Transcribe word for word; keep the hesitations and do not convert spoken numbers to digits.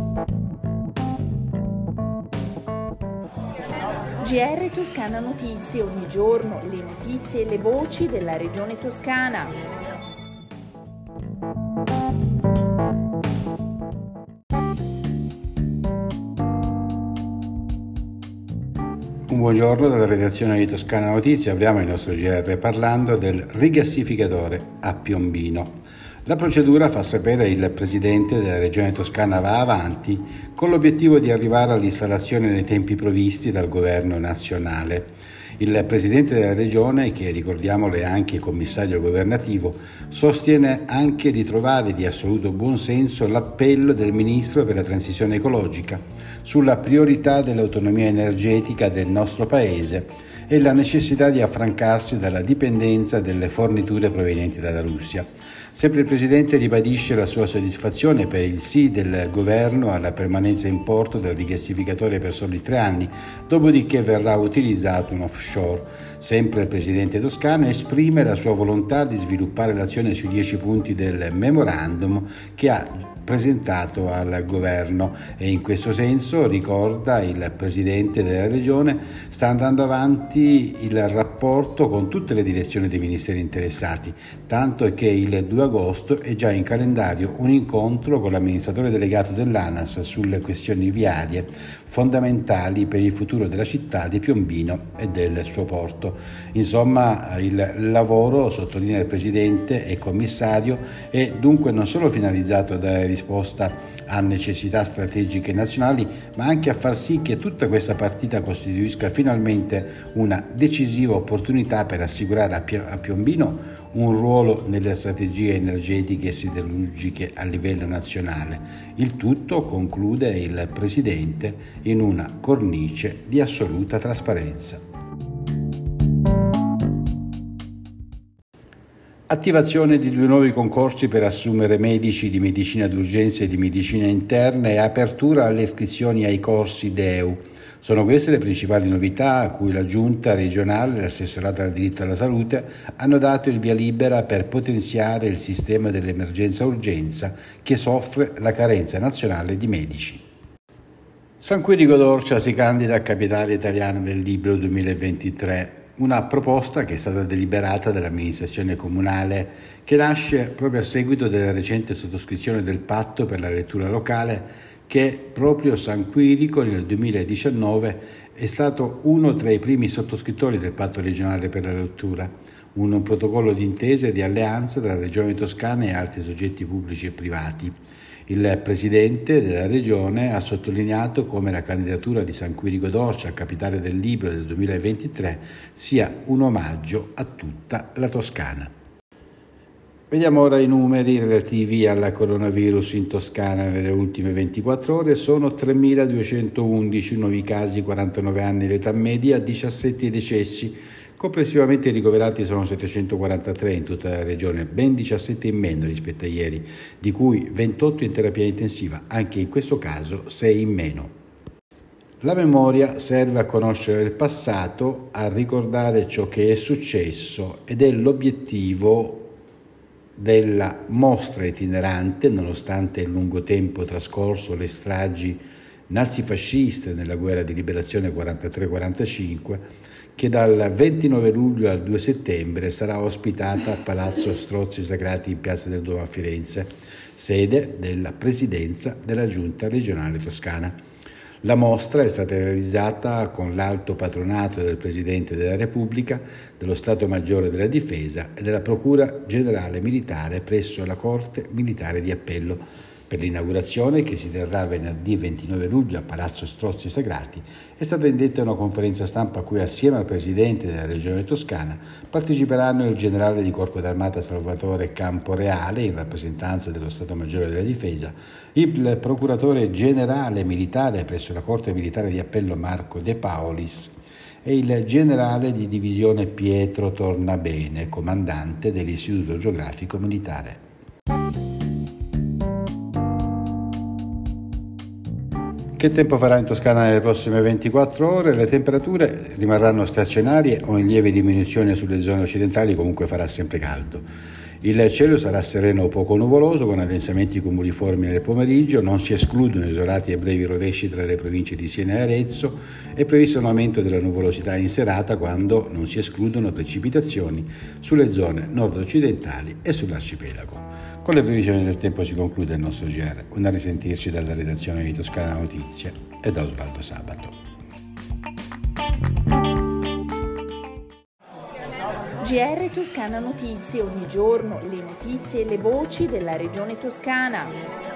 G R Toscana Notizie, ogni giorno le notizie e le voci della regione toscana. Un buongiorno dalla redazione di Toscana Notizie. Apriamo il nostro G R parlando del rigassificatore a Piombino. La procedura, fa sapere il presidente della regione toscana, va avanti con l'obiettivo di arrivare all'installazione nei tempi previsti dal governo nazionale. Il presidente della regione, che ricordiamolo è anche commissario governativo, sostiene anche di trovare di assoluto buonsenso l'appello del ministro per la transizione ecologica sulla priorità dell'autonomia energetica del nostro paese e la necessità di affrancarsi dalla dipendenza delle forniture provenienti dalla Russia. Sempre il Presidente ribadisce la sua soddisfazione per il sì del Governo alla permanenza in porto del rigassificatore per soli tre anni, dopodiché verrà utilizzato un offshore. Sempre il Presidente toscano esprime la sua volontà di sviluppare l'azione sui dieci punti del memorandum che ha presentato al governo e in questo senso, ricorda il presidente della regione, sta andando avanti il rapporto con tutte le direzioni dei ministeri interessati, tanto che il due agosto è già in calendario un incontro con l'amministratore delegato dell'ANAS sulle questioni viarie fondamentali per il futuro della città di Piombino e del suo porto. Insomma, il lavoro, sottolinea il presidente e commissario, è dunque non solo finalizzato a dare risposta a necessità strategiche nazionali, ma anche a far sì che tutta questa partita costituisca finalmente una decisiva opportunità per assicurare a Piombino un ruolo nelle strategie energetiche e siderurgiche a livello nazionale. Il tutto, conclude il presidente, in una cornice di assoluta trasparenza. Attivazione di due nuovi concorsi per assumere medici di medicina d'urgenza e di medicina interna e apertura alle iscrizioni ai corsi D E U. Sono queste le principali novità a cui la Giunta regionale e l'Assessorato al diritto alla salute hanno dato il via libera per potenziare il sistema dell'emergenza urgenza che soffre la carenza nazionale di medici. San Quirico d'Orcia si candida a capitale italiana del libro duemilaventitré. Una proposta che è stata deliberata dall'amministrazione comunale, che nasce proprio a seguito della recente sottoscrizione del patto per la lettura locale, che proprio San Quirico nel duemiladiciannove è stato uno tra i primi sottoscrittori del patto regionale per la lettura, un protocollo di intesa e di alleanza tra la Regione Toscana e altri soggetti pubblici e privati. Il presidente della regione ha sottolineato come la candidatura di San Quirico d'Orcia a capitale del libro del duemilaventitré sia un omaggio a tutta la Toscana. Vediamo ora i numeri relativi al coronavirus in Toscana nelle ultime ventiquattro ore. Sono tremiladuecentoundici nuovi casi, quarantanove anni l'età media, diciassette decessi. Complessivamente i ricoverati sono settecentoquarantatré in tutta la regione, ben diciassette in meno rispetto a ieri, di cui ventotto in terapia intensiva, anche in questo caso sei in meno. La memoria serve a conoscere il passato, a ricordare ciò che è successo ed è l'obiettivo della mostra itinerante, nonostante il lungo tempo trascorso le stragi nazifasciste nella guerra di liberazione quarantatré quarantacinque, che dal ventinove luglio al due settembre sarà ospitata a Palazzo Strozzi Sagrati in Piazza del Duomo a Firenze, sede della Presidenza della Giunta regionale toscana. La mostra è stata realizzata con l'alto patronato del Presidente della Repubblica, dello Stato Maggiore della Difesa e della Procura Generale Militare presso la Corte Militare di Appello. Per l'inaugurazione, che si terrà venerdì ventinove luglio a Palazzo Strozzi Sagrati, è stata indetta una conferenza stampa a cui, assieme al Presidente della Regione Toscana, parteciperanno il Generale di Corpo d'Armata Salvatore Camporeale, in rappresentanza dello Stato Maggiore della Difesa, il Procuratore Generale Militare presso la Corte Militare di Appello Marco De Paolis e il Generale di Divisione Pietro Tornabene, comandante dell'Istituto Geografico Militare. Che tempo farà in Toscana nelle prossime ventiquattro ore? Le temperature rimarranno stazionarie o in lieve diminuzione sulle zone occidentali, comunque farà sempre caldo. Il cielo sarà sereno o poco nuvoloso con addensamenti cumuliformi nel pomeriggio, non si escludono isolati e brevi rovesci tra le province di Siena e Arezzo, è previsto un aumento della nuvolosità in serata quando non si escludono precipitazioni sulle zone nord-occidentali e sull'arcipelago. Con le previsioni del tempo si conclude il nostro G R. Un risentirci dalla redazione di Toscana Notizie e da Osvaldo Sabato. G R Toscana Notizie, ogni giorno le notizie e le voci della regione toscana.